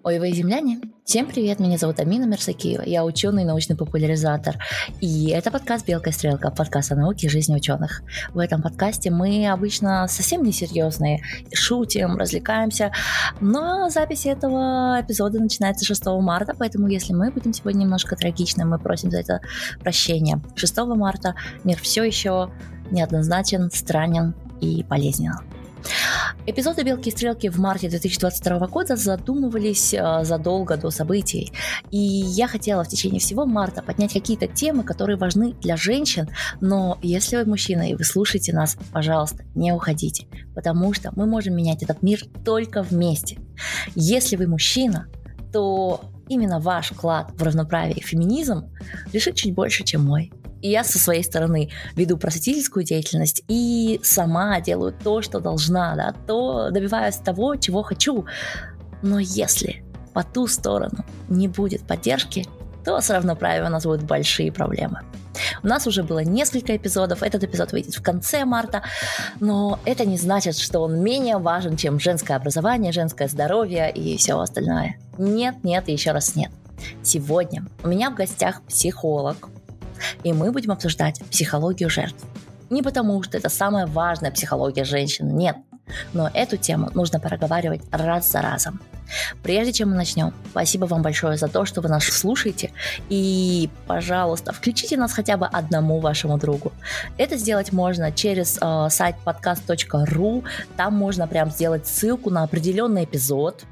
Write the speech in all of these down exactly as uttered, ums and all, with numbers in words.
Ой, вы земляне! Всем привет, меня зовут Амина Мерсакиева, я ученый и научный популяризатор, и это подкаст «Белка и стрелка», подкаст о науке и жизни ученых. В этом подкасте мы обычно совсем не серьезные, шутим, развлекаемся, но запись этого эпизода начинается шестого марта, поэтому если мы будем сегодня немножко трагичны, мы просим за это прощения. шестого марта мир все еще неоднозначен, странен и болезненен. Эпизоды «Белки и стрелки» в марте две тысячи двадцать второго года задумывались э, задолго до событий. И я хотела в течение всего марта поднять какие-то темы, которые важны для женщин. Но если вы мужчина и вы слушаете нас, пожалуйста, не уходите. Потому что мы можем менять этот мир только вместе. Если вы мужчина, то именно ваш вклад в равноправие и феминизм решит чуть больше, чем мой. И я со своей стороны веду просветительскую деятельность и сама делаю то, что должна, да, то добиваюсь того, чего хочу. Но если по ту сторону не будет поддержки, то с равноправием у нас будут большие проблемы. У нас уже было несколько эпизодов, этот эпизод выйдет в конце марта, но это не значит, что он менее важен, чем женское образование, женское здоровье и все остальное. Нет, нет и еще раз нет. Сегодня у меня в гостях психолог, и мы будем обсуждать психологию жертв. Не потому, что это самая важная психология женщин, нет. Но эту тему нужно проговаривать раз за разом. Прежде чем мы начнем, спасибо вам большое за то, что вы нас слушаете. И, пожалуйста, включите нас хотя бы одному вашему другу. Это сделать можно через э, сайт подкаст точка ру. Там можно прям сделать ссылку на определенный эпизод.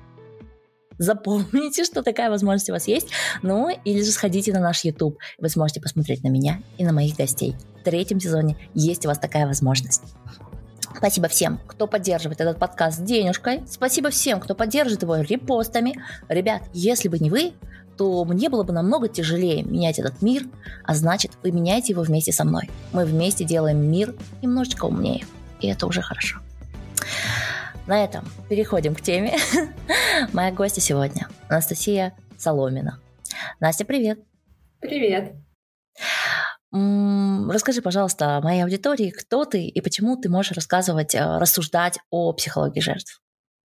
Запомните, что такая возможность у вас есть. Ну, или же сходите на наш YouTube. Вы сможете посмотреть на меня и на моих гостей. В третьем сезоне есть у вас такая возможность. Спасибо всем, кто поддерживает этот подкаст денежкой. Спасибо всем, кто поддерживает его репостами. Ребят, если бы не вы, то мне было бы намного тяжелее менять этот мир, а значит, вы меняете его вместе со мной. Мы вместе делаем мир немножечко умнее. И это уже хорошо. На этом переходим к теме. Моя гостья сегодня Анастасия Соломина. Настя, привет. Привет. М-м, расскажи, пожалуйста, моей аудитории, кто ты и почему ты можешь рассказывать, рассуждать о психологии жертв.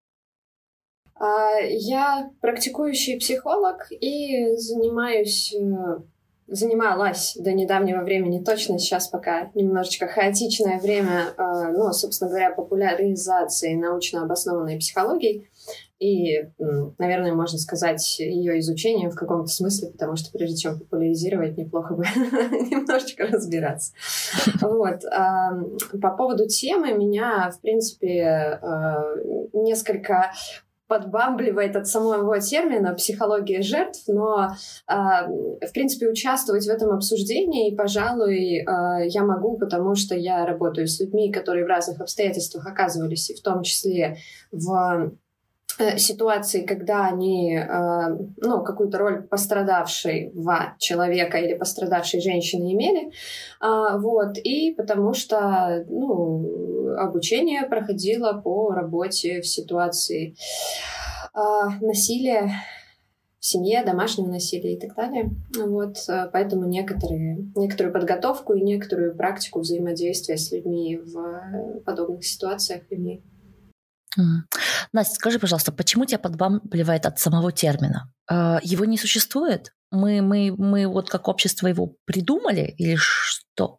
Я практикующий психолог и занимаюсь... Занималась до недавнего времени, точно сейчас пока немножечко хаотичное время, ну, собственно говоря, популяризации научно обоснованной психологии и, наверное, можно сказать, ее изучением в каком-то смысле, потому что прежде чем популяризировать, неплохо бы немножечко разбираться. Вот. По поводу темы меня, в принципе, несколько... подбамбливает от самого термина «психология жертв», но, э, в принципе, участвовать в этом обсуждении, пожалуй, э, я могу, потому что я работаю с людьми, которые в разных обстоятельствах оказывались, и в том числе в э, ситуации, когда они э, ну, какую-то роль пострадавшего человека или пострадавшей женщины имели. Э, вот, и потому что ну, обучение проходило по работе в ситуации э, насилия в семье, домашнего насилия и так далее. Вот, поэтому некоторые, некоторую подготовку и некоторую практику взаимодействия с людьми в подобных ситуациях имею. Mm. Настя, скажи, пожалуйста, почему тебя подбамбливает от самого термина? Э, его не существует? Мы, мы, мы вот как общество его придумали или что?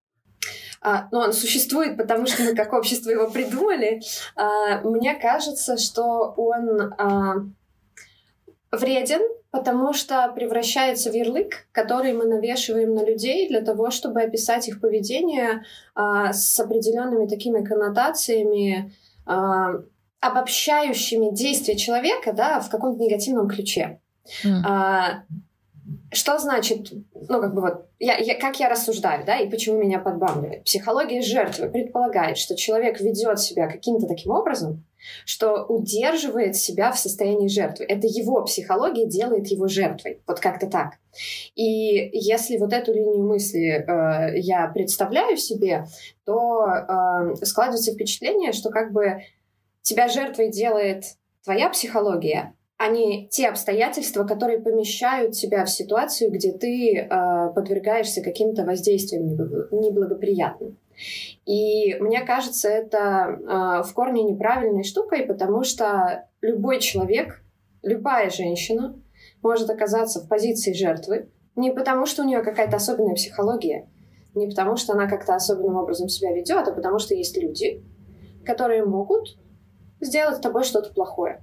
А, ну, он существует, потому что мы как общество его придумали. А, мне кажется, что он а, вреден, потому что превращается в ярлык, который мы навешиваем на людей для того, чтобы описать их поведение а, с определенными такими коннотациями, а, обобщающими действия человека, да, в каком-то негативном ключе. Mm. А, Что значит, ну, как бы вот, я, я, как я рассуждаю, да, и почему меня подбамбливает? Психология жертвы предполагает, что человек ведет себя каким-то таким образом, что удерживает себя в состоянии жертвы. Это его психология делает его жертвой. Вот как-то так. И если вот эту линию мысли э, я представляю себе, то э, складывается впечатление, что как бы тебя жертвой делает твоя психология, а не те обстоятельства, которые помещают тебя в ситуацию, где ты э, подвергаешься каким-то воздействиям неблагоприятным. И мне кажется, это э, в корне неправильной штукой, потому что любой человек любая женщина может оказаться в позиции жертвы не потому, что у нее какая-то особенная психология, не потому, что она как-то особенным образом себя ведет, а потому что есть люди, которые могут сделать с тобой что-то плохое.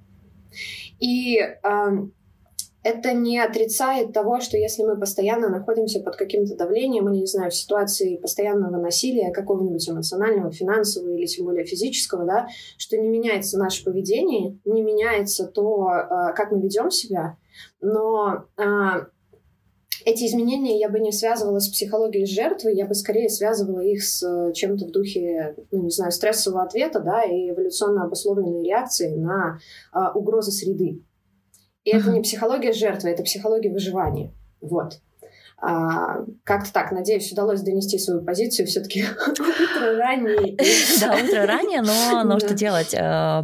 И э, это не отрицает того, что если мы постоянно находимся под каким-то давлением или, не знаю, в ситуации постоянного насилия, какого-нибудь эмоционального, финансового или тем более физического, да, что не меняется наше поведение, не меняется то, э, как мы ведем себя, но э, эти изменения я бы не связывала с психологией жертвы, я бы скорее связывала их с чем-то в духе, ну, не знаю, стрессового ответа, да, и эволюционно обусловленной реакции на а, угрозы среды. И uh-huh. это не психология жертвы, это психология выживания. Вот. А, как-то так, надеюсь, удалось донести свою позицию. Все-таки утро раннее. Да, утро раннее, но что делать?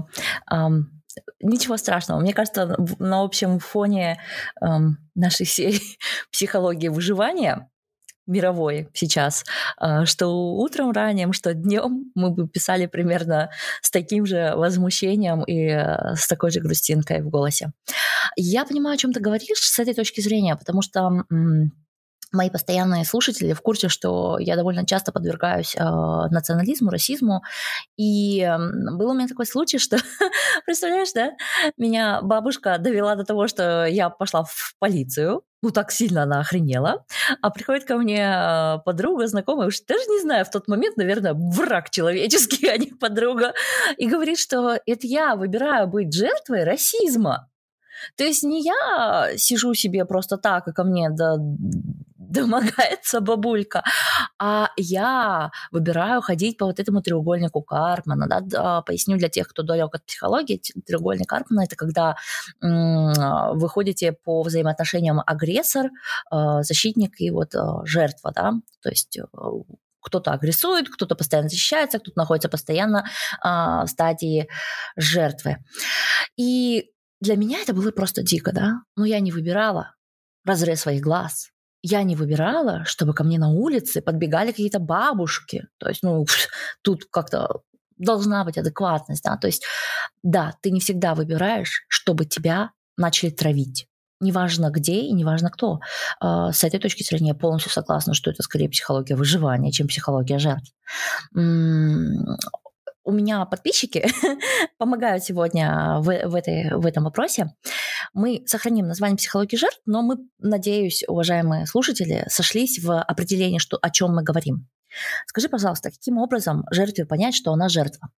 Ничего страшного. Мне кажется, на общем фоне эм, нашей всей психологии выживания мировой сейчас, э, что утром ранним, что днем мы бы писали примерно с таким же возмущением и э, с такой же грустинкой в голосе. Я понимаю, о чем ты говоришь с этой точки зрения, потому что м- мои постоянные слушатели в курсе, что я довольно часто подвергаюсь э, национализму, расизму. И э, был у меня такой случай, что, представляешь, да, меня бабушка довела до того, что я пошла в полицию. Ну, так сильно она охренела. А приходит ко мне подруга, знакомая, уж даже не знаю, в тот момент, наверное, враг человеческий, а не подруга, и говорит, что это я выбираю быть жертвой расизма. То есть не я сижу себе просто так, и ко мне до... домогается бабулька, а я выбираю ходить по вот этому треугольнику Карпмана. Да? Поясню для тех, кто далек от психологии. Треугольник Карпмана – это когда м- вы ходите по взаимоотношениям агрессор, э, защитник и вот э, жертва. Да? То есть э, кто-то агрессует, кто-то постоянно защищается, кто-то находится постоянно э, в стадии жертвы. И для меня это было просто дико, да? Но я не выбирала разрез своих глаз. Я не выбирала, чтобы ко мне на улице подбегали какие-то бабушки. То есть, ну, тут как-то должна быть адекватность, да? То есть, да, ты не всегда выбираешь, чтобы тебя начали травить. Неважно где и неважно кто. С этой точки зрения я полностью согласна, что это скорее психология выживания, чем психология жертв. У меня подписчики помогают сегодня в, в, этой, в этом вопросе. Мы сохраним название психологии жертв, но мы, надеюсь, уважаемые слушатели, сошлись в определении, что, о чем мы говорим. Скажи, пожалуйста, каким образом жертве понять, что она жертва?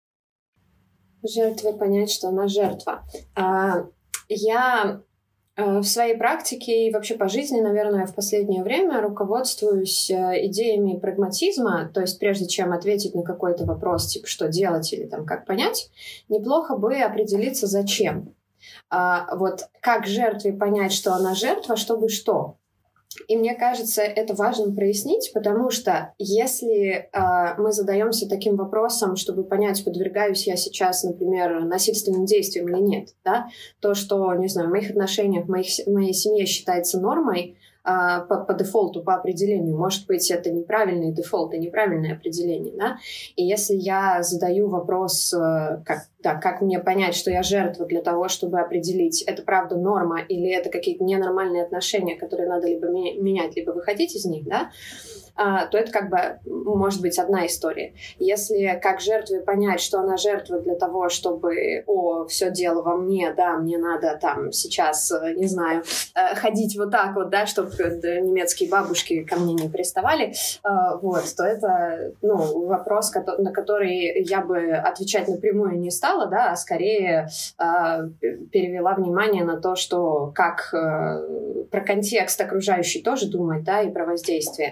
Жертве понять, что она жертва. А, я в своей практике и вообще по жизни, наверное, в последнее время руководствуюсь идеями прагматизма, то есть прежде чем ответить на какой-то вопрос, типа что делать или там как понять, неплохо бы определиться зачем. А, вот как жертве понять, что она жертва, чтобы что? И мне кажется, это важно прояснить, потому что если э, мы задаемся таким вопросом, чтобы понять, подвергаюсь я сейчас, например, насильственным действиям или нет, да, то, что, не знаю, в моих отношениях, в, моих, в моей семье считается нормой, э, по, по дефолту, по определению, может быть, это неправильный дефолт и неправильное определение, да, и если я задаю вопрос, э, как, да, как мне понять, что я жертва для того, чтобы определить, это правда норма или это какие-то ненормальные отношения, которые надо либо менять, либо выходить из них, да, а, то это как бы может быть одна история. Если как жертве понять, что она жертва для того, чтобы, о, все дело во мне, да, мне надо там сейчас, не знаю, ходить вот так вот, да, чтобы немецкие бабушки ко мне не приставали, вот, то это, ну, вопрос, на который я бы отвечать напрямую не стала, да, а скорее перевела внимание на то, что как про контекст окружающий тоже думать, да, и про воздействие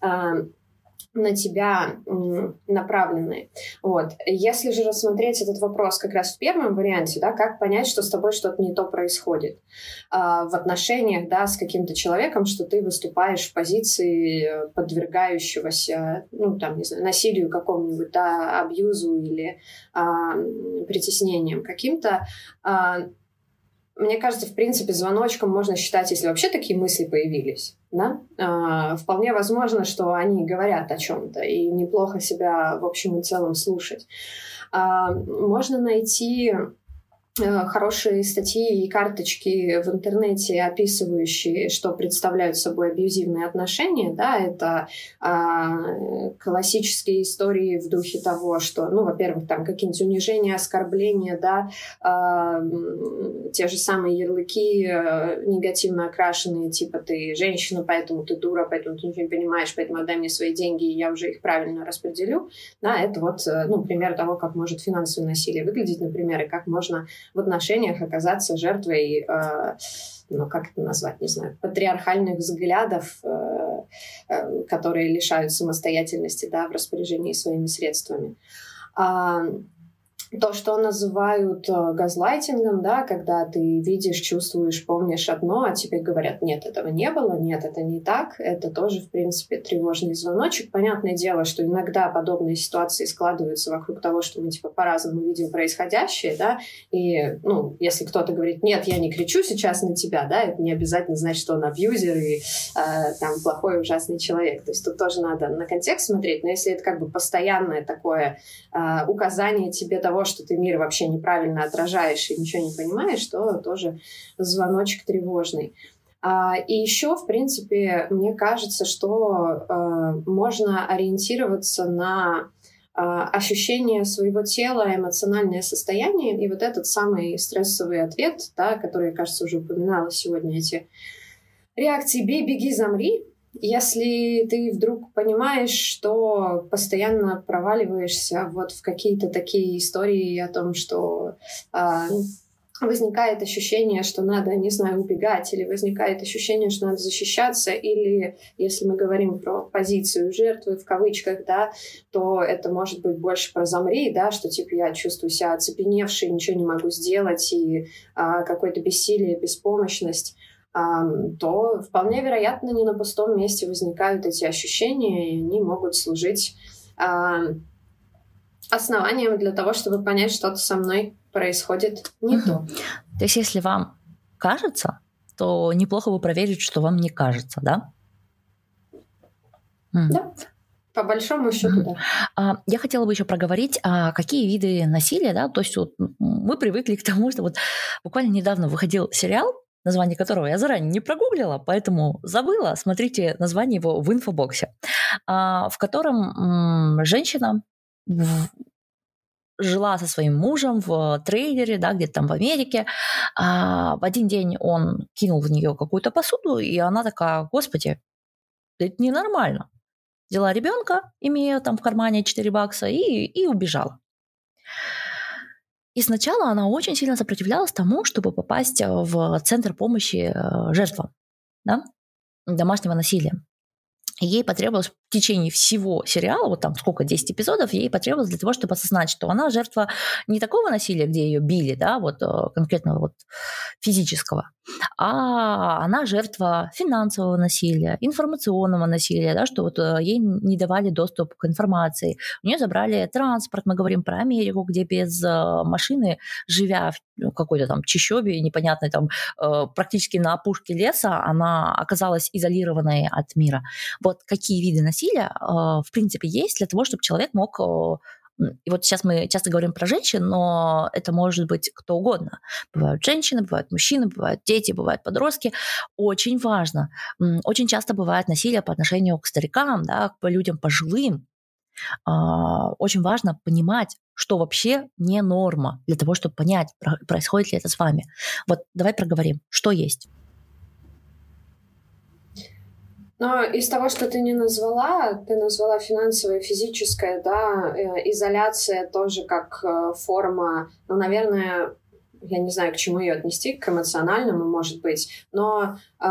на тебя направленные. Вот. Если же рассмотреть этот вопрос как раз в первом варианте, да, как понять, что с тобой что-то не то происходит а, в отношениях, да, с каким-то человеком, что ты выступаешь в позиции подвергающегося, ну, там, не знаю, насилию какому-нибудь, да, абьюзу или а, притеснением каким-то. А, Мне кажется, в принципе, звоночком можно считать, если вообще такие мысли появились, да, а, вполне возможно, что они говорят о чем-то, и неплохо себя, в общем и целом, слушать. А, можно найти хорошие статьи и карточки в интернете, описывающие, что представляют собой абьюзивные отношения, да, это э, классические истории в духе того, что, ну, во-первых, там какие-нибудь унижения, оскорбления, да, э, те же самые ярлыки э, негативно окрашенные, типа ты женщина, поэтому ты дура, поэтому ты ничего не понимаешь, поэтому отдай мне свои деньги, и я уже их правильно распределю, да, это вот, ну, пример того, как может финансовое насилие выглядеть, например, и как можно в отношениях оказаться жертвой, э, ну, как это назвать, не знаю, патриархальных взглядов, э, э, которые лишают самостоятельности, да, в распоряжении своими средствами. А, то, что называют э, газлайтингом, да, когда ты видишь, чувствуешь, помнишь одно, а тебе говорят, нет, этого не было, нет, это не так, это тоже, в принципе, тревожный звоночек. Понятное дело, что иногда подобные ситуации складываются вокруг того, что мы, типа, по-разному видим происходящее, да, и, ну, если кто-то говорит, нет, я не кричу сейчас на тебя, да, это не обязательно значит, что он абьюзер и, э, там, плохой, ужасный человек. То есть тут тоже надо на контекст смотреть, но если это как бы постоянное такое э, указание тебе того, что ты мир вообще неправильно отражаешь и ничего не понимаешь, то тоже звоночек тревожный. А, и еще, в принципе, мне кажется, что э, можно ориентироваться на э, ощущение своего тела, эмоциональное состояние, и вот этот самый стрессовый ответ, да, который, кажется, уже упоминала сегодня, эти реакции «бей, беги, замри». Если ты вдруг понимаешь, что постоянно проваливаешься вот в какие-то такие истории о том, что э, возникает ощущение, что надо, не знаю, убегать, или возникает ощущение, что надо защищаться, или если мы говорим про позицию жертвы в кавычках, да, то это может быть больше про «замри», да, что типа я чувствую себя оцепеневшей, ничего не могу сделать, и э, какое-то бессилие, беспомощность, то вполне вероятно не на пустом месте возникают эти ощущения, и они могут служить э, основанием для того, чтобы понять, что-то со мной происходит не угу. то. То есть если вам кажется, то неплохо бы проверить, что вам не кажется, да? Да. По большому счету, mm-hmm. да. Я хотела бы еще проговорить, а какие виды насилия, да, то есть вот мы привыкли к тому, что вот буквально недавно выходил сериал, название которого я заранее не прогуглила, поэтому забыла. Смотрите название его в инфобоксе, в котором женщина жила со своим мужем в трейлере, да, где-то там в Америке. В один день он кинул в нее какую-то посуду, и она такая: «Господи, это ненормально». Взяла ребенка, имея там в кармане четыре бакса, и, и убежала. И сначала она очень сильно сопротивлялась тому, чтобы попасть в центр помощи жертвам, да, домашнего насилия. И ей потребовалось в течение всего сериала, вот там сколько, десять эпизодов, ей потребовалось для того, чтобы осознать, что она жертва не такого насилия, где ее били, да, вот конкретно вот физического, а она жертва финансового насилия, информационного насилия, да, что вот ей не давали доступ к информации. У нее забрали транспорт, мы говорим про Америку, где без машины, живя в какой-то там чащобе непонятной, там практически на опушке леса, она оказалась изолированной от мира. Вот какие виды насилия, в принципе, есть для того, чтобы человек мог... И вот сейчас мы часто говорим про женщин, но это может быть кто угодно. Бывают женщины, бывают мужчины, бывают дети, бывают подростки. Очень важно. Очень часто бывает насилие по отношению к старикам, да, к людям пожилым. Очень важно понимать, что вообще не норма, для того, чтобы понять, происходит ли это с вами. Вот давай проговорим, что есть. Но из того, что ты не назвала, ты назвала финансовое, физическое, да, изоляция тоже как форма, ну, наверное, я не знаю, к чему ее отнести, к эмоциональному, может быть, но э,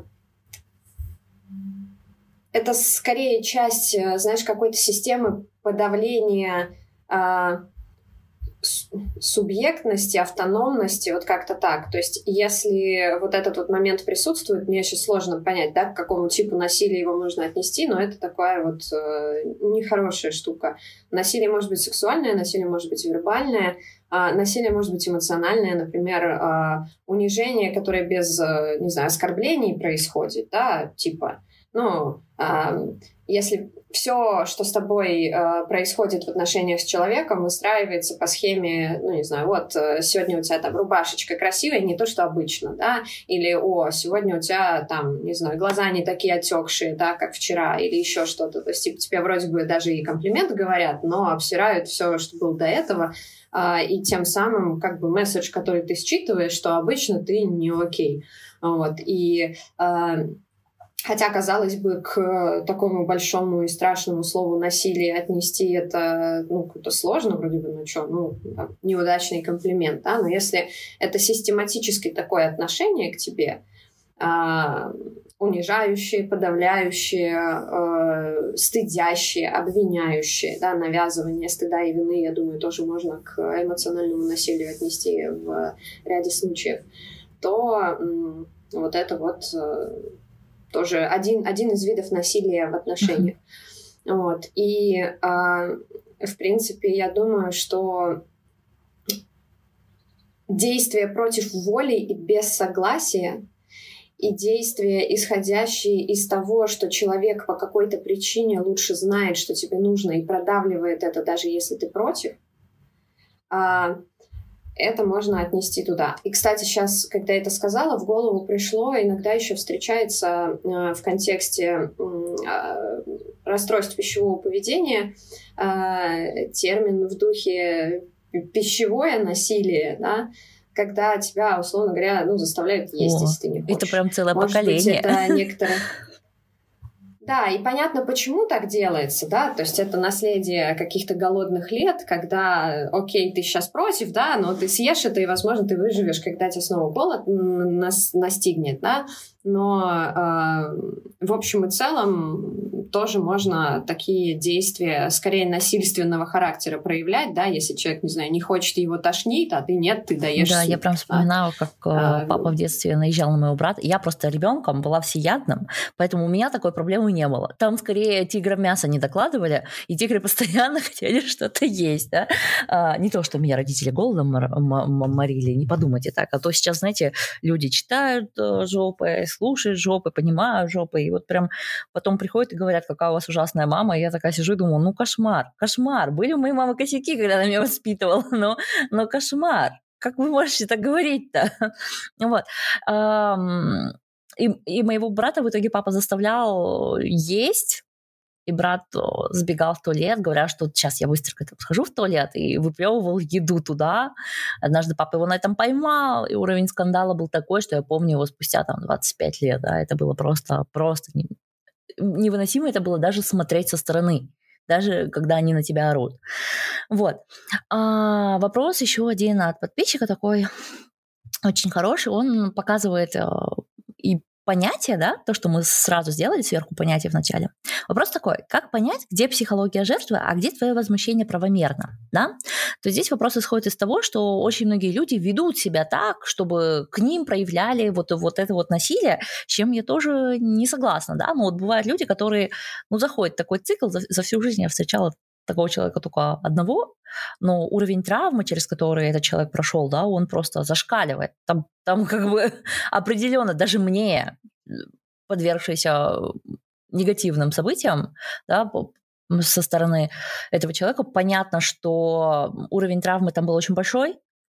это скорее часть, знаешь, какой-то системы подавления э, субъектности, автономности, вот как-то так. То есть если вот этот вот момент присутствует, мне еще сложно понять, да, к какому типу насилия его нужно отнести, но это такая вот э, нехорошая штука. Насилие может быть сексуальное, насилие может быть вербальное, а насилие может быть эмоциональное, например, э, унижение, которое без, э, не знаю, оскорблений происходит, да, типа ну, если все, что с тобой происходит в отношениях с человеком, выстраивается по схеме, ну, не знаю, вот сегодня у тебя там рубашечка красивая, не то, что обычно, да, или, о, сегодня у тебя там, не знаю, глаза не такие отекшие, да, как вчера, или еще что-то, то есть типа, тебе вроде бы даже и комплимент говорят, но обсирают все, что было до этого, и тем самым как бы месседж, который ты считываешь, что обычно ты не окей, вот, и хотя, казалось бы, к такому большому и страшному слову насилие отнести это, ну, как-то сложно, вроде бы, ну, что, ну, там, неудачный комплимент, да, но если это систематически такое отношение к тебе, э, унижающее, подавляющее, э, стыдящее, обвиняющее, да, навязывание стыда и вины, я думаю, тоже можно к эмоциональному насилию отнести в ряде случаев, то э, вот это вот... Э, тоже один, один из видов насилия в отношениях. Uh-huh. Вот. И, э, в принципе, я думаю, что действия против воли и без согласия, и действия, исходящие из того, что человек по какой-то причине лучше знает, что тебе нужно, и продавливает это, даже если ты против, э, это можно отнести туда. И, кстати, сейчас, когда я это сказала, в голову пришло, иногда еще встречается э, в контексте э, расстройств пищевого поведения э, термин в духе пищевое насилие, да, когда тебя, условно говоря, ну, заставляют есть, О, если ты не хочешь. Это прям целое Может поколение. Быть, это некоторые... Да, и понятно, почему так делается, да, то есть это наследие каких-то голодных лет, когда, окей, ты сейчас против, да, но ты съешь это, и, возможно, ты выживешь, когда тебя снова голод нас настигнет, да, но э, в общем и целом тоже можно такие действия скорее насильственного характера проявлять, да, если человек, не знаю, не хочет, его тошнит, а ты нет, ты даешь Да, суп, я прям вспоминала, да? как а, папа в детстве наезжал на моего брата. Я просто ребенком была всеядным, поэтому у меня такой проблемы не было. Там скорее тиграм мясо не докладывали, и тигры постоянно хотели что-то есть, да. А, не то, что меня родители голодом морили, не подумайте так. А то сейчас, знаете, люди читают жопы, слушают жопы, понимают жопы, и вот прям потом приходят и говорят, какая у вас ужасная мама, и я такая сижу и думаю, ну кошмар, кошмар. Были у моей мамы косяки, когда она меня воспитывала, но, но кошмар. Как вы можете так говорить-то? Вот. И, и моего брата в итоге папа заставлял есть, и брат сбегал в туалет, говоря, что сейчас я быстренько схожу в туалет, и выплевывал еду туда. Однажды папа его на этом поймал, и уровень скандала был такой, что я помню его спустя там двадцать пять лет, да, это было просто, просто невыносимо, это было даже смотреть со стороны, даже когда они на тебя орут. Вот. А, вопрос еще один от подписчика такой очень хороший, он показывает и понятие, да, то, что мы сразу сделали, сверху понятие в начале. Вопрос такой, как понять, где психология жертвы, а где твое возмущение правомерно, да? То здесь вопрос исходит из того, что очень многие люди ведут себя так, чтобы к ним проявляли вот, вот это вот насилие, с чем я тоже не согласна, да, но вот бывают люди, которые, ну, заходят в такой цикл, за, за всю жизнь я встречала такого человека только одного, но уровень травмы, через который этот человек прошел, да, он просто зашкаливает. Там, там как бы определенно даже мне, подвергшейся негативным событиям, да, со стороны этого человека, понятно, что уровень травмы там был очень большой,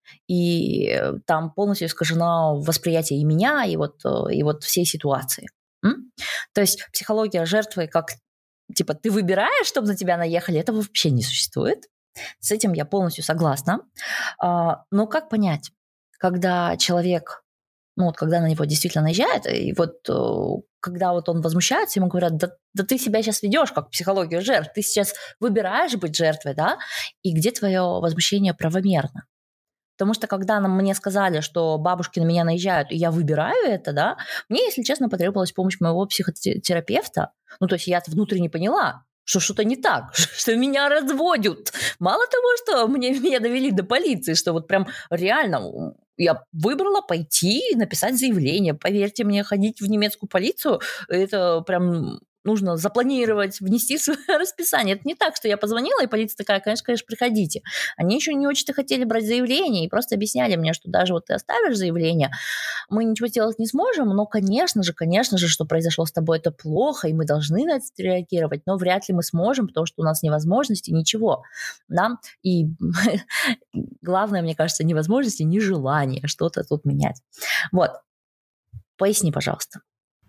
и там полностью искажено восприятие и меня, и вот, и вот всей ситуации. М? То есть психология жертвы как типа, ты выбираешь, чтобы на тебя наехали, это вообще не существует. С этим я полностью согласна. Но как понять, когда человек, ну вот когда на него действительно наезжает, и вот когда вот он возмущается, ему говорят, да, да ты себя сейчас ведешь как психологию жертв, ты сейчас выбираешь быть жертвой, да, и где твое возмущение правомерно? Потому что когда нам, мне сказали, что бабушки на меня наезжают, и я выбираю это, да, мне, если честно, потребовалась помощь моего психотерапевта. Ну, то есть я внутренне поняла, что что-то не так, что меня разводят. Мало того, что мне, меня довели до полиции, что вот прям реально я выбрала пойти и написать заявление. Поверьте мне, ходить в немецкую полицию, это прям нужно запланировать, внести свое расписание. Это не так, что я позвонила, и полиция такая, конечно, конечно, приходите. Они еще не очень-то хотели брать заявление и просто объясняли мне, что даже вот ты оставишь заявление, мы ничего делать не сможем, но, конечно же, конечно же, что произошло с тобой, это плохо, и мы должны на это реагировать, но вряд ли мы сможем, потому что у нас невозможности, ничего. Да? И главное, мне кажется, невозможности, нежелание что-то тут менять. Вот. Поясни, пожалуйста.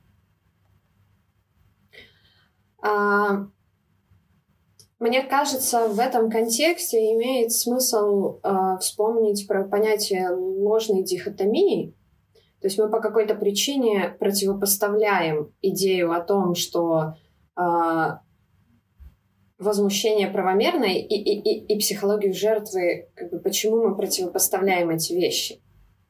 А, мне кажется, в этом контексте имеет смысл а, вспомнить про понятие ложной дихотомии. То есть мы по какой-то причине противопоставляем идею о том, что а, возмущение правомерное и, и, и, и психологию жертвы, как бы, почему мы противопоставляем эти вещи.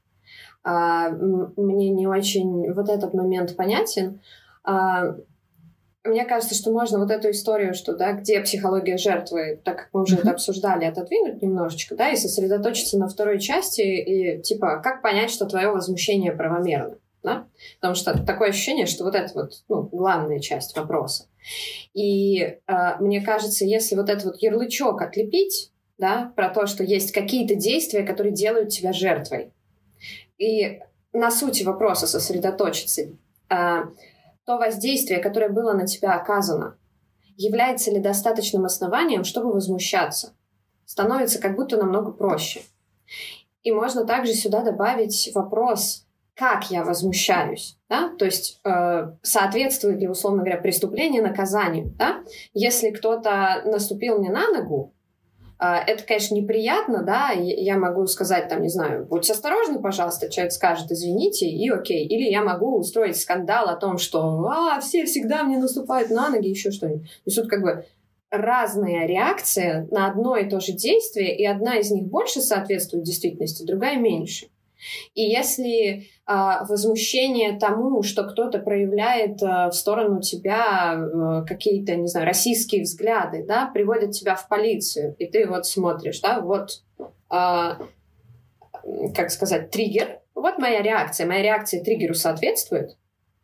А, мне не очень вот этот момент понятен. А, Мне кажется, что можно вот эту историю, что, да, где психология жертвы, так как мы уже mm-hmm. это обсуждали, отодвинуть немножечко, да, и сосредоточиться на второй части, и, типа, как понять, что твое возмущение правомерно, да? Потому что такое ощущение, что вот это вот, ну, главная часть вопроса. И э, мне кажется, если вот этот вот ярлычок отлепить, да, про то, что есть какие-то действия, которые делают тебя жертвой, и на сути вопроса сосредоточиться, э, то воздействие, которое было на тебя оказано, является ли достаточным основанием, чтобы возмущаться, становится как будто намного проще. И можно также сюда добавить вопрос, как я возмущаюсь, да? То есть э, соответствует ли, условно говоря, преступление наказанию, да? Если кто-то наступил мне на ногу, это, конечно, неприятно, да, я могу сказать, там, не знаю, будь осторожны, пожалуйста, человек скажет, извините, и окей. Или я могу устроить скандал о том, что а, все всегда мне наступают на ноги, еще что-нибудь. То есть тут как бы разная реакция на одно и то же действие, и одна из них больше соответствует действительности, другая меньше. И если а, возмущение тому, что кто-то проявляет а, в сторону тебя а, какие-то, не знаю, российские взгляды, да, приводит тебя в полицию, и ты вот смотришь, да, вот, а, как сказать, триггер, вот моя реакция, моя реакция триггеру соответствует,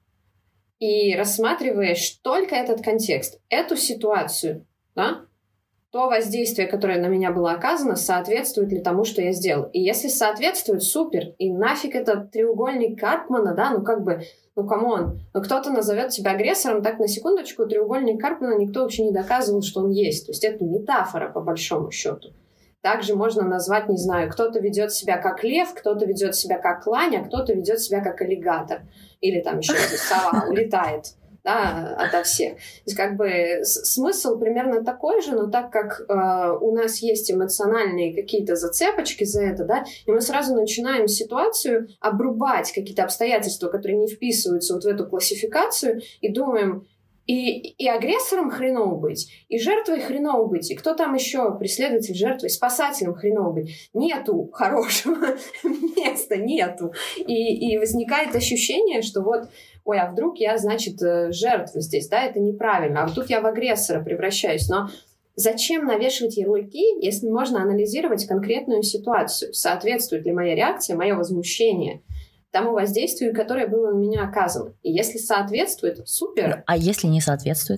и рассматриваешь только этот контекст, эту ситуацию, да, то воздействие, которое на меня было оказано, соответствует ли тому, что я сделал. И если соответствует, супер. И нафиг этот треугольник Карпмана, да, ну как бы, ну камон. Ну кто-то назовет тебя агрессором, так на секундочку, треугольник Карпмана никто вообще не доказывал, что он есть. То есть это метафора, по большому счету. Также можно назвать, не знаю, кто-то ведет себя как лев, кто-то ведет себя как лань, а кто-то ведет себя как аллигатор. Или там еще сова улетает. Да, ото всех. То есть как бы смысл примерно такой же, но так как э, у нас есть эмоциональные какие-то зацепочки за это, да, и мы сразу начинаем ситуацию обрубать какие-то обстоятельства, которые не вписываются вот в эту классификацию, и думаем, и, и агрессором хреново быть, и жертвой хреново быть, и кто там еще, преследователь жертвой, спасателем хреново быть. Нету хорошего места, нету. И, и возникает ощущение, что вот ой, а вдруг я, значит, жертва здесь, да, это неправильно, а тут я в агрессора превращаюсь. Но зачем навешивать ярлыки, если можно анализировать конкретную ситуацию? Соответствует ли моя реакция, мое возмущение тому воздействию, которое было на меня оказано? И если соответствует, супер. А если не соответствует?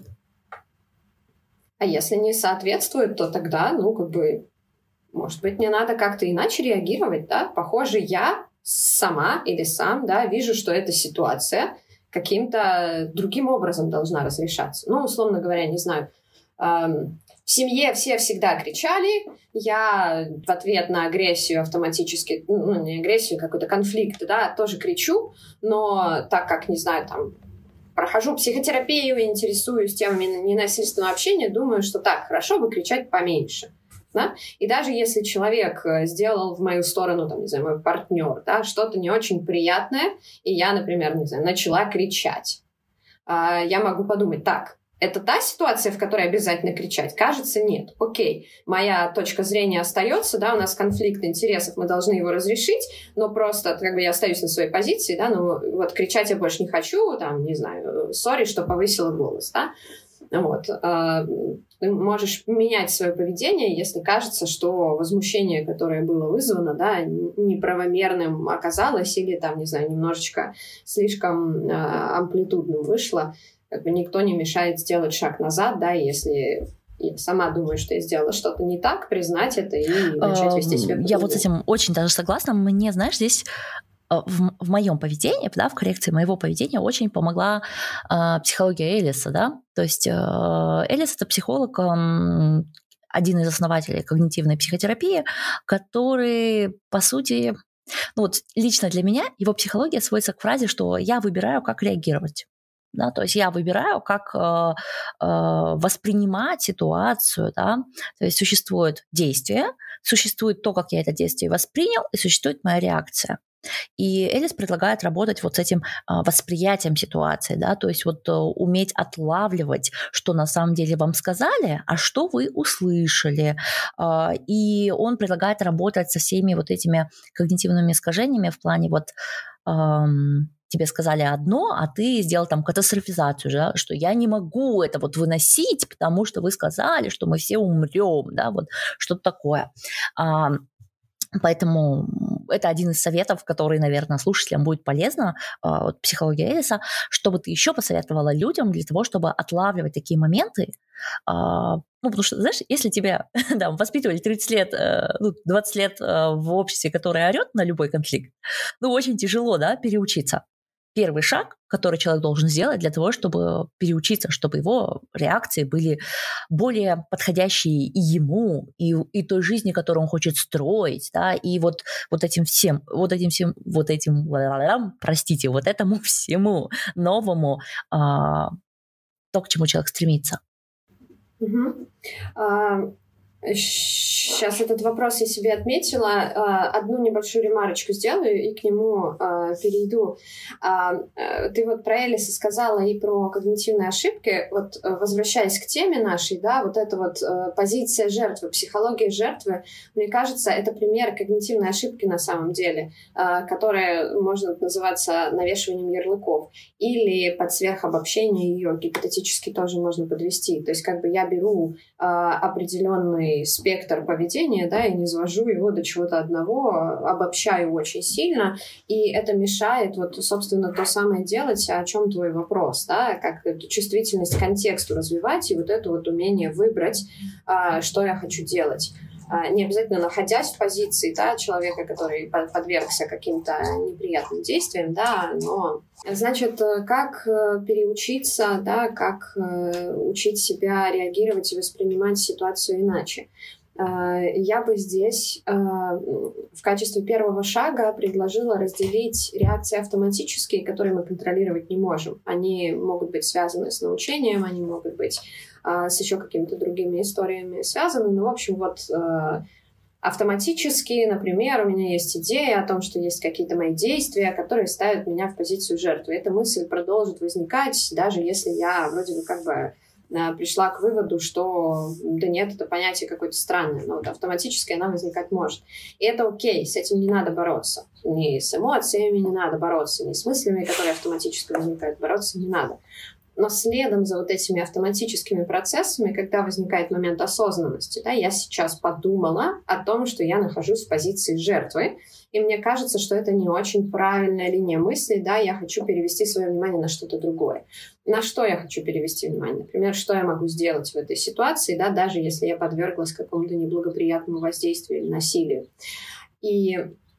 А если не соответствует, то тогда, ну, как бы, может быть, мне надо как-то иначе реагировать, да? Похоже, я сама или сам, да, вижу, что эта ситуация каким-то другим образом должна разрешаться. Ну, условно говоря, не знаю, эм, в семье все всегда кричали, я в ответ на агрессию автоматически, ну, не агрессию, какой-то конфликт, да, тоже кричу, но так как, не знаю, там, прохожу психотерапию, интересуюсь темами ненасильственного общения, думаю, что так, хорошо бы кричать поменьше. Да? И даже если человек сделал в мою сторону, там, не знаю, мой партнер, да, что-то не очень приятное, и я, например, не знаю, начала кричать, я могу подумать, так, это та ситуация, в которой обязательно кричать? Кажется, нет. Окей, моя точка зрения остается, да, у нас конфликт интересов, мы должны его разрешить, но просто, как бы, я остаюсь на своей позиции, да, ну, вот кричать я больше не хочу, там, не знаю, сори, что повысила голос, да. Вот. Ты можешь менять свое поведение, если кажется, что возмущение, которое было вызвано, да, неправомерным оказалось или, там, не знаю, немножечко слишком амплитудным вышло. как бы никто не мешает сделать шаг назад, да, если я сама думаю, что я сделала что-то не так, признать это и начать вести себя по-другому. Я вот с этим очень даже согласна. Мне, знаешь, здесь в, в моем поведении, да, в коррекции моего поведения очень помогла э, психология Эллиса, да. То есть э, Эллис — это психолог, э, один из основателей когнитивной психотерапии, который, по сути, ну вот лично для меня его психология сводится к фразе, что я выбираю, как реагировать. Да, то есть я выбираю, как э, э, воспринимать ситуацию. Да? То есть существует действие, существует то, как я это действие воспринял, и существует моя реакция. И Эллис предлагает работать вот с этим а, восприятием ситуации, да, то есть вот а, уметь отлавливать, что на самом деле вам сказали, а что вы услышали. А, и он предлагает работать со всеми вот этими когнитивными искажениями в плане вот ам, тебе сказали одно, а ты сделал там катастрофизацию, да, что я не могу это вот выносить, потому что вы сказали, что мы все умрем, да, вот что-то такое. А, Поэтому это один из советов, который, наверное, слушателям будет полезно, вот, психология Эллиса. Что бы ты еще посоветовала людям для того, чтобы отлавливать такие моменты? Ну, потому что, знаешь, если тебя да, воспитывали тридцать лет, ну, двадцать лет в обществе, которое орет на любой конфликт, ну, очень тяжело, да, переучиться. Первый шаг, который человек должен сделать для того, чтобы переучиться, чтобы его реакции были более подходящие и ему, и, и той жизни, которую он хочет строить, да, и вот, вот этим всем, вот этим всем, вот этим, простите, вот этому всему новому, а, то, к чему человек стремится. Угу. А... Сейчас этот вопрос я себе отметила. Одну небольшую ремарочку сделаю и к нему перейду. Ты вот про Эллиса сказала и про когнитивные ошибки. Вот возвращаясь к теме нашей, да, вот эта вот позиция жертвы, психология жертвы, мне кажется, это пример когнитивной ошибки на самом деле, которая может называться навешиванием ярлыков или под сверхобобщение ее гипотетически тоже можно подвести. То есть как бы я беру определенный спектр поведения, да, и не свожу его до чего-то одного, обобщаю очень сильно, и это мешает вот, собственно, то самое делать, о чем твой вопрос, да, как эту чувствительность к контексту развивать и вот это вот умение выбрать, а, что я хочу делать. А, не обязательно находясь в позиции, да, человека, который подвергся каким-то неприятным действиям, да, но, значит, как переучиться, да, как учить себя реагировать и воспринимать ситуацию иначе. Я бы здесь в качестве первого шага предложила разделить реакции автоматические, которые мы контролировать не можем. Они могут быть связаны с научением, они могут быть с еще какими-то другими историями связаны. Но, в общем, вот автоматически, например, у меня есть идея о том, что есть какие-то мои действия, которые ставят меня в позицию жертвы. Эта мысль продолжит возникать, даже если я вроде бы как бы пришла к выводу, что да нет, это понятие какое-то странное, но вот автоматически она возникать может. И это окей, с этим не надо бороться. Ни с эмоциями не надо бороться, ни с мыслями, которые автоматически возникают, бороться не надо. Но следом за вот этими автоматическими процессами, когда возникает момент осознанности, да, я сейчас подумала о том, что я нахожусь в позиции жертвы, и мне кажется, что это не очень правильная линия мыслей, да, я хочу перевести свое внимание на что-то другое. На что я хочу перевести внимание? Например, что я могу сделать в этой ситуации, да, даже если я подверглась какому-то неблагоприятному воздействию или насилию. И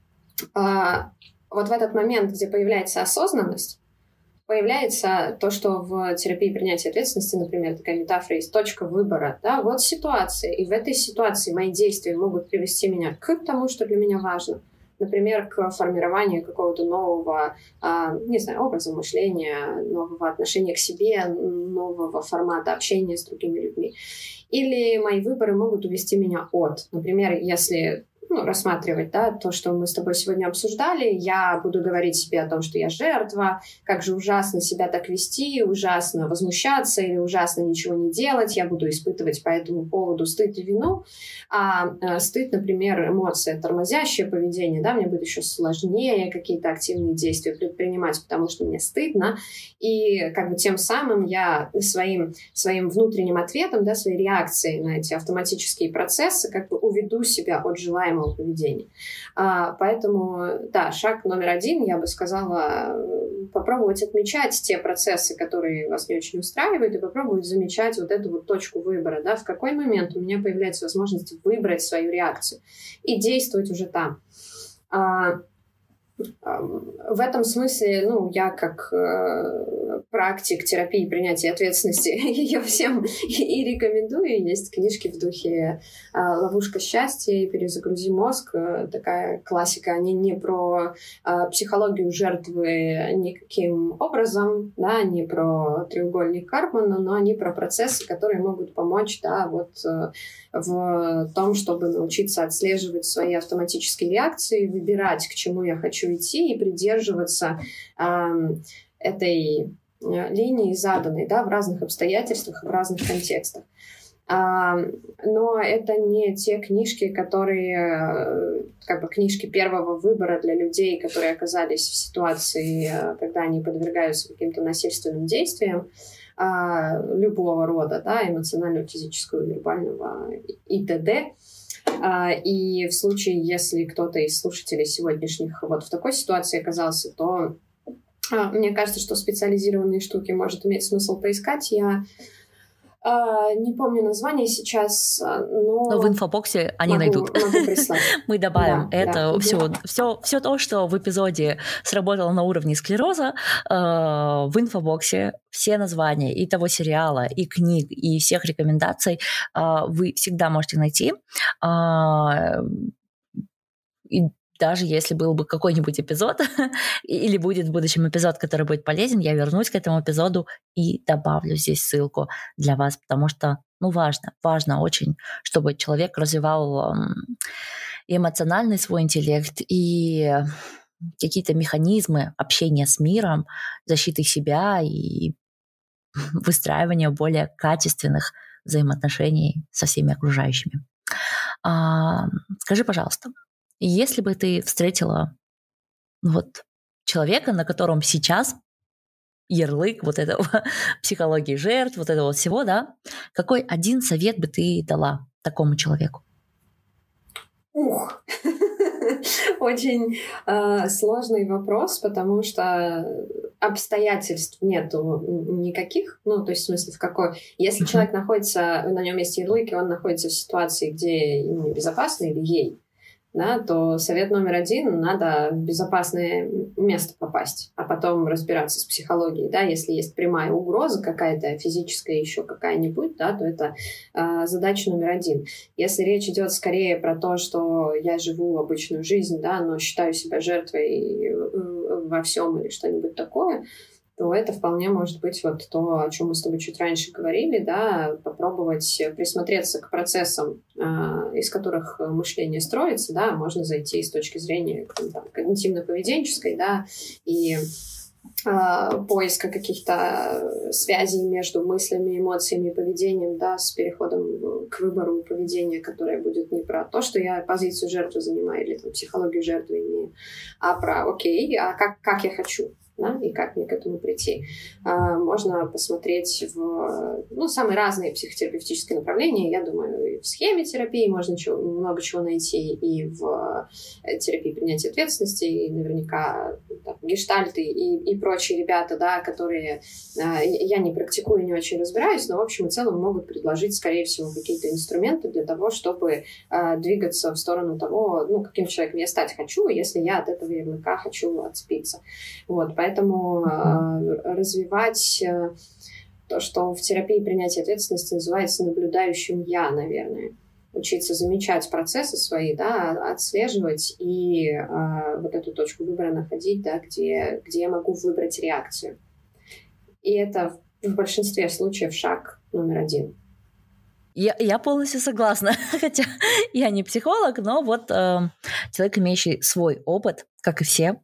а, вот в этот момент, где появляется осознанность, появляется то, что в терапии принятия ответственности, например, такая метафора есть точка выбора. Да? Вот ситуация, и в этой ситуации мои действия могут привести меня к тому, что для меня важно. Например, к формированию какого-то нового, не знаю, образа мышления, нового отношения к себе, нового формата общения с другими людьми. Или мои выборы могут увести меня от. Например, если... Ну, рассматривать, да, то, что мы с тобой сегодня обсуждали, я буду говорить себе о том, что я жертва, как же ужасно себя так вести, ужасно возмущаться или ужасно ничего не делать, я буду испытывать по этому поводу стыд и вину, а э, стыд, например, эмоция, тормозящее поведение, да, мне будет еще сложнее какие-то активные действия предпринимать, потому что мне стыдно, и как бы тем самым я своим, своим внутренним ответом, да, своей реакцией на эти автоматические процессы как бы уведу себя от желаемого самого поведения. А, поэтому, да, шаг номер один, я бы сказала, попробовать отмечать те процессы, которые вас не очень устраивают, и попробовать замечать вот эту вот точку выбора, да, в какой момент у меня появляется возможность выбрать свою реакцию и действовать уже там. А, в этом смысле, ну, я как э, практик терапии принятия ответственности ее всем и рекомендую. Есть книжки в духе э, «Ловушка счастья», «Перезагрузи мозг». Э, такая классика. Они не про э, психологию жертвы никаким образом, да, не про треугольник Карпмана, но они про процессы, которые могут помочь, да, вот э, в том, чтобы научиться отслеживать свои автоматические реакции, выбирать, к чему я хочу идти, и придерживаться э, этой линии заданной, да, в разных обстоятельствах, в разных контекстах. А, но это не те книжки, которые, как бы, книжки первого выбора для людей, которые оказались в ситуации, когда они подвергаются каким-то насильственным действиям а, любого рода, да, эмоционального, физического, вербального и т.д. А, и в случае, если кто-то из слушателей сегодняшних вот в такой ситуации оказался, то а, мне кажется, что специализированные штуки может иметь смысл поискать. Я а, не помню название сейчас, но... Но в инфобоксе они могу, найдут. Могу прислать. Мы добавим да, это, да. все, все, все то, что в эпизоде сработало на уровне склероза, э, в инфобоксе все названия и того сериала, и книг, и всех рекомендаций э, вы всегда можете найти. Э, и даже если был бы какой-нибудь эпизод, или будет в будущем эпизод, который будет полезен, я вернусь к этому эпизоду и добавлю здесь ссылку для вас, потому что, ну, важно, важно очень, чтобы человек развивал и эмоциональный свой интеллект, и какие-то механизмы общения с миром, защиты себя и выстраивания более качественных взаимоотношений со всеми окружающими. А, скажи, пожалуйста, если бы ты встретила вот человека, на котором сейчас ярлык вот этого психологии жертв, вот этого всего, да, какой один совет бы ты дала такому человеку? Ух, очень э, сложный вопрос, потому что обстоятельств нету никаких, ну, то есть в смысле в какой... Если uh-huh. человек находится, на нем есть ярлык, и он находится в ситуации, где ему безопасно или ей, да, то совет номер один — надо в безопасное место попасть, а потом разбираться с психологией, да, если есть прямая угроза какая-то физическая, еще какая-нибудь, да, то это э, задача номер один. Если речь идет скорее про то, что я живу обычную жизнь, да, но считаю себя жертвой во всем или что-нибудь такое, то это вполне может быть вот то, о чем мы с тобой чуть раньше говорили, да, попробовать присмотреться к процессам, э, из которых мышление строится, да, можно зайти с точки зрения там, когнитивно-поведенческой, да, и э, поиска каких-то связей между мыслями, эмоциями и поведением, да, с переходом к выбору поведения, которое будет не про то, что я позицию жертвы занимаю или там, психологию жертвы имею, а про окей, а как, как я хочу. Да, и как мне к этому прийти. А, можно посмотреть в ну, самые разные психотерапевтические направления. Я думаю, и в схеме терапии можно чего, много чего найти, и в терапии принятия ответственности, и наверняка там, гештальты и, и прочие ребята, да, которые а, я не практикую, не очень разбираюсь, но в общем и целом могут предложить, скорее всего, какие-то инструменты для того, чтобы а, двигаться в сторону того, ну, каким человеком я стать хочу, если я от этого ярлыка хочу отцепиться. Вот, Поэтому э, развивать э, то, что в терапии принятия ответственности называется наблюдающим «я», наверное. Учиться замечать процессы свои, да, отслеживать и э, вот эту точку выбора находить, да, где, где я могу выбрать реакцию. И это в большинстве случаев шаг номер один. Я, я полностью согласна, хотя я не психолог, но вот э, человек, имеющий свой опыт, как и все,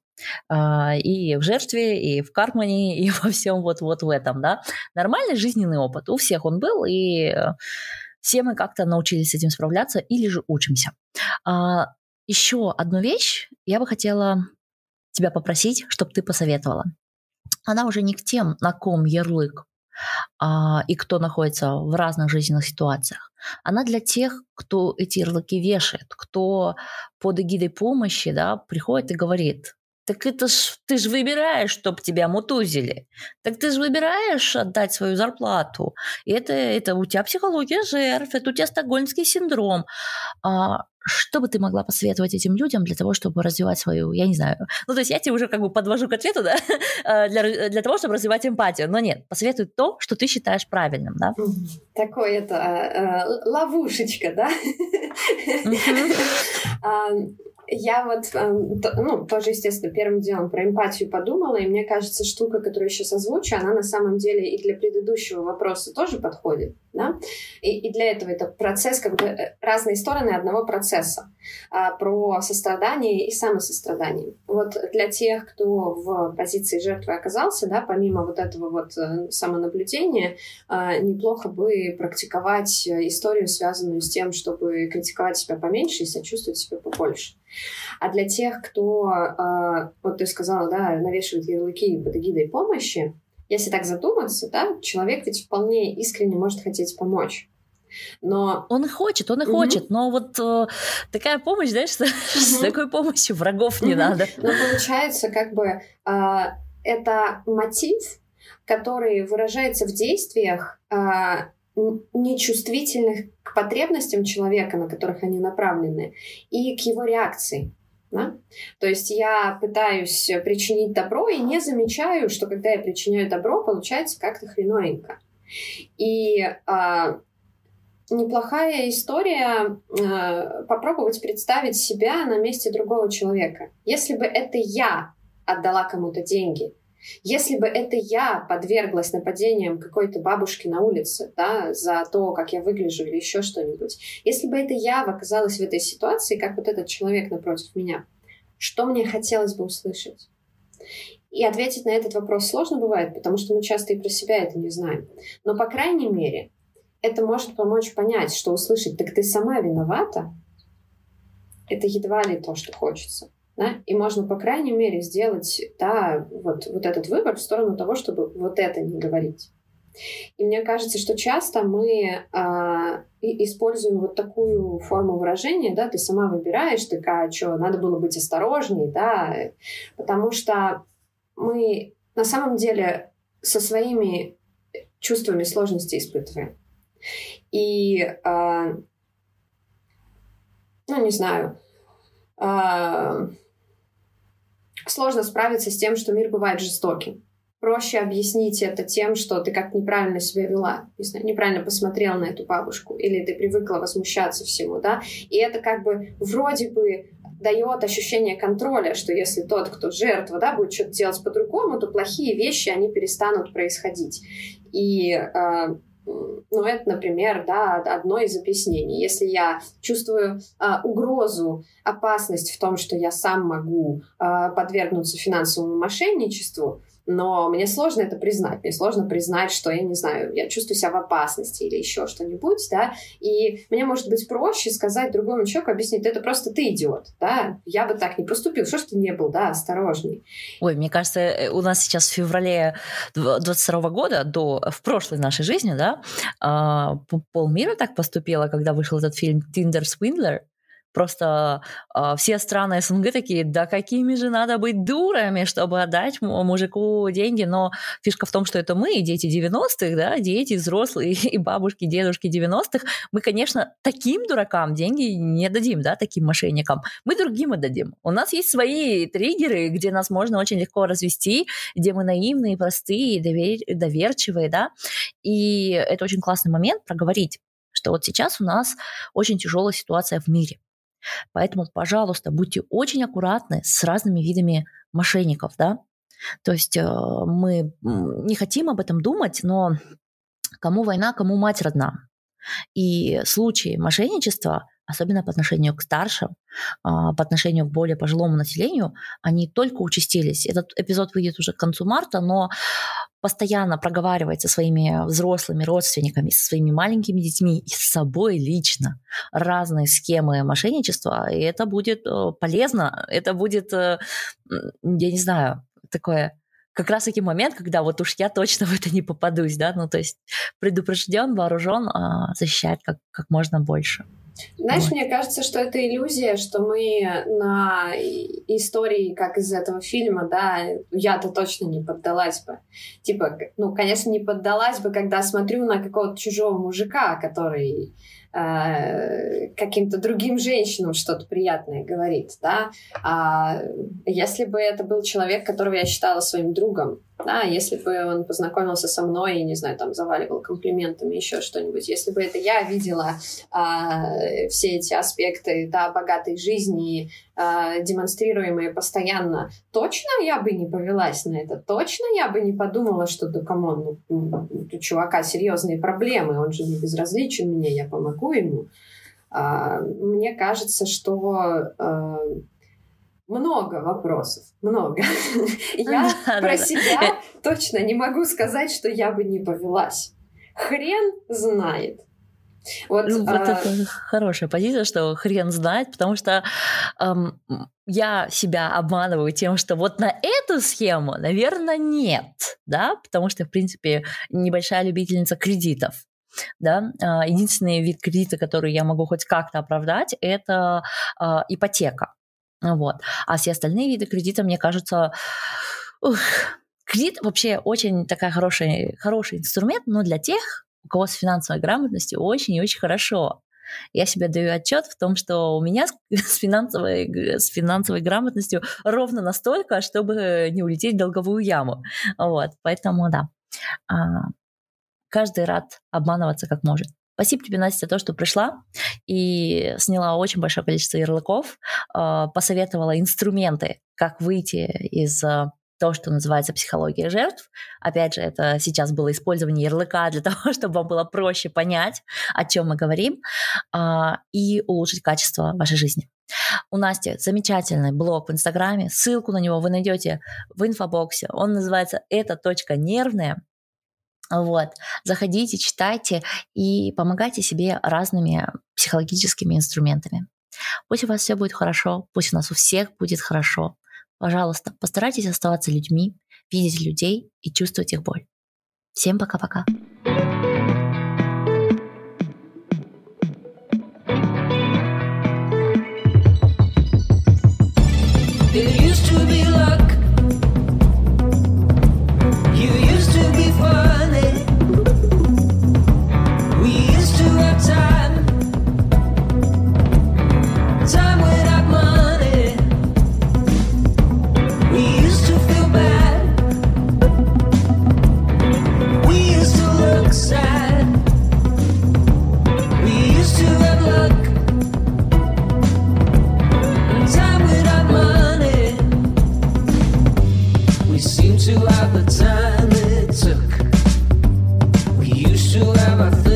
и в жертве, и в Карпмане, и во всем вот, вот в этом, да. Нормальный жизненный опыт. У всех он был, и все мы как-то научились с этим справляться или же учимся. А, еще одну вещь я бы хотела тебя попросить, чтобы ты посоветовала. Она уже не к тем, на ком ярлык, а, и кто находится в разных жизненных ситуациях. Она для тех, кто эти ярлыки вешает, кто под эгидой помощи, да, приходит и говорит: так это ж ты ж выбираешь, чтоб тебя мутузили. Так ты же выбираешь отдать свою зарплату. И это, это у тебя психология жертв, это у тебя стокгольмский синдром. А, что бы ты могла посоветовать этим людям для того, чтобы развивать свою, я не знаю, ну то есть я тебе уже как бы подвожу к ответу, да, для, для того, чтобы развивать эмпатию. Но нет, посоветуй то, что ты считаешь правильным, да. Такое это э, ловушечка, да? Я вот, ну, тоже, естественно, первым делом про эмпатию подумала, и мне кажется, штука, которую я сейчас озвучу, она на самом деле и для предыдущего вопроса тоже подходит, да, и, и для этого это процесс, как бы разные стороны одного процесса, а, про сострадание и самосострадание. Вот для тех, кто в позиции жертвы оказался, да, помимо вот этого вот самонаблюдения, а, неплохо бы практиковать историю, связанную с тем, чтобы критиковать себя поменьше и сочувствовать себе побольше. А для тех, кто, э, вот ты сказала, да, навешивает ярлыки под эгидой помощи, если так задуматься, да, человек ведь вполне искренне может хотеть помочь. Но... Он и хочет, он и угу. хочет, но вот э, такая помощь, знаешь, угу. с такой помощью врагов не угу. надо. Но получается, как бы, э, это мотив, который выражается в действиях, э, нечувствительных к потребностям человека, на которых они направлены, и к его реакции. Да? То есть я пытаюсь причинить добро и не замечаю, что когда я причиняю добро, получается как-то хреновенько. И а, неплохая история а, попробовать представить себя на месте другого человека. Если бы это я отдала кому-то деньги, если бы это я подверглась нападениям какой-то бабушки на улице, да, за то, как я выгляжу или еще что-нибудь, если бы это я оказалась в этой ситуации, как вот этот человек напротив меня, что мне хотелось бы услышать? И ответить на этот вопрос сложно бывает, потому что мы часто и про себя это не знаем. Но, по крайней мере, это может помочь понять, что услышать: так ты сама виновата, это едва ли то, что хочется. Да? И можно, по крайней мере, сделать, да, вот, вот этот выбор в сторону того, чтобы вот это не говорить. И мне кажется, что часто мы а, используем вот такую форму выражения, да, ты сама выбираешь, такая, что, надо было быть осторожней, да, потому что мы на самом деле со своими чувствами сложности испытываем. И, а, ну, не знаю, а, сложно справиться с тем, что мир бывает жестоким. Проще объяснить это тем, что ты как-то неправильно себя вела, не знаю, неправильно посмотрела на эту бабушку, или ты привыкла возмущаться всему, да, и это как бы вроде бы дает ощущение контроля, что если тот, кто жертва, да, будет что-то делать по-другому, то плохие вещи, они перестанут происходить. И э, ну, это, например, да, одно из объяснений. Если я чувствую э, угрозу, опасность в том, что я сам могу э, подвергнуться финансовому мошенничеству, но мне сложно это признать. Мне сложно признать, что, я не знаю, я чувствую себя в опасности или еще что-нибудь, да, и мне может быть проще сказать другому человеку, объяснить: это просто ты идиот, да, я бы так не поступил, что ж ты не был, да, осторожней. Ой, мне кажется, у нас сейчас в феврале двадцать второго года, до, в прошлой нашей жизни, да, полмира так поступило, когда вышел этот фильм «Tinder Swindler». Просто э, все страны СНГ такие: да какими же надо быть дурами, чтобы отдать мужику деньги. Но фишка в том, что это мы, дети девяностых, да, дети взрослые и бабушки, дедушки девяностых. Мы, конечно, таким дуракам деньги не дадим, да, таким мошенникам. Мы другим отдадим. У нас есть свои триггеры, где нас можно очень легко развести, где мы наивные, простые, довер... доверчивые, да. И это очень классный момент проговорить, что вот сейчас у нас очень тяжелая ситуация в мире. Поэтому, пожалуйста, будьте очень аккуратны с разными видами мошенников, да. То есть э, мы не хотим об этом думать, но кому война, кому мать родна. И случаи мошенничества, особенно по отношению к старшим, э, по отношению к более пожилому населению, они только участились. Этот эпизод выйдет уже к концу марта, но постоянно проговаривать со своими взрослыми родственниками, со своими маленькими детьми и с собой лично разные схемы мошенничества, и это будет полезно, это будет, я не знаю, такое как раз-таки момент, когда вот уж я точно в это не попадусь, да, ну, то есть предупрежден, вооружен, а, защищает как, как можно больше. Знаешь, Вот. мне кажется, что это иллюзия, что мы на истории, как из этого фильма, да, я-то точно не поддалась бы. Типа, ну, конечно, не поддалась бы, когда смотрю на какого-то чужого мужика, который э, каким-то другим женщинам что-то приятное говорит, да. А если бы это был человек, которого я считала своим другом, да, если бы он познакомился со мной и, не знаю, там, заваливал комплиментами, еще что-нибудь, если бы это я видела а, все эти аспекты, да, богатой жизни, а, демонстрируемые постоянно, точно я бы не повелась на это, точно я бы не подумала, что, да, камон, ну, у чувака серьезные проблемы, он же не безразличен мне, я помогу ему. А, мне кажется, что... А, много вопросов, много. Я про себя точно не могу сказать, что я бы не повелась. Хрен знает. Вот, ну, а... вот это хорошая позиция, что хрен знает, потому что эм, я себя обманываю тем, что вот на эту схему, наверное, нет, да, потому что, в принципе, небольшая любительница кредитов. Да? Единственный вид кредита, который я могу хоть как-то оправдать, это э, ипотека. Вот. А все остальные виды кредита, мне кажется, ух, кредит вообще очень такой хороший, хороший инструмент, но для тех, у кого с финансовой грамотностью очень и очень хорошо. Я себе даю отчет в том, что у меня с финансовой, с финансовой грамотностью ровно настолько, чтобы не улететь в долговую яму. Вот. Поэтому, да, каждый рад обманываться как может. Спасибо тебе, Настя, за то, что пришла и сняла очень большое количество ярлыков, посоветовала инструменты, как выйти из того, что называется психология жертв. Опять же, это сейчас было использование ярлыка для того, чтобы вам было проще понять, о чем мы говорим, и улучшить качество вашей жизни. У Насти замечательный блог в Инстаграме, ссылку на него вы найдете в инфобоксе. Он называется «Это точка нервная». Вот. Заходите, читайте и помогайте себе разными психологическими инструментами. Пусть у вас все будет хорошо, пусть у нас у всех будет хорошо. Пожалуйста, постарайтесь оставаться людьми, видеть людей и чувствовать их боль. Всем пока-пока. To have the time it took. We used to have our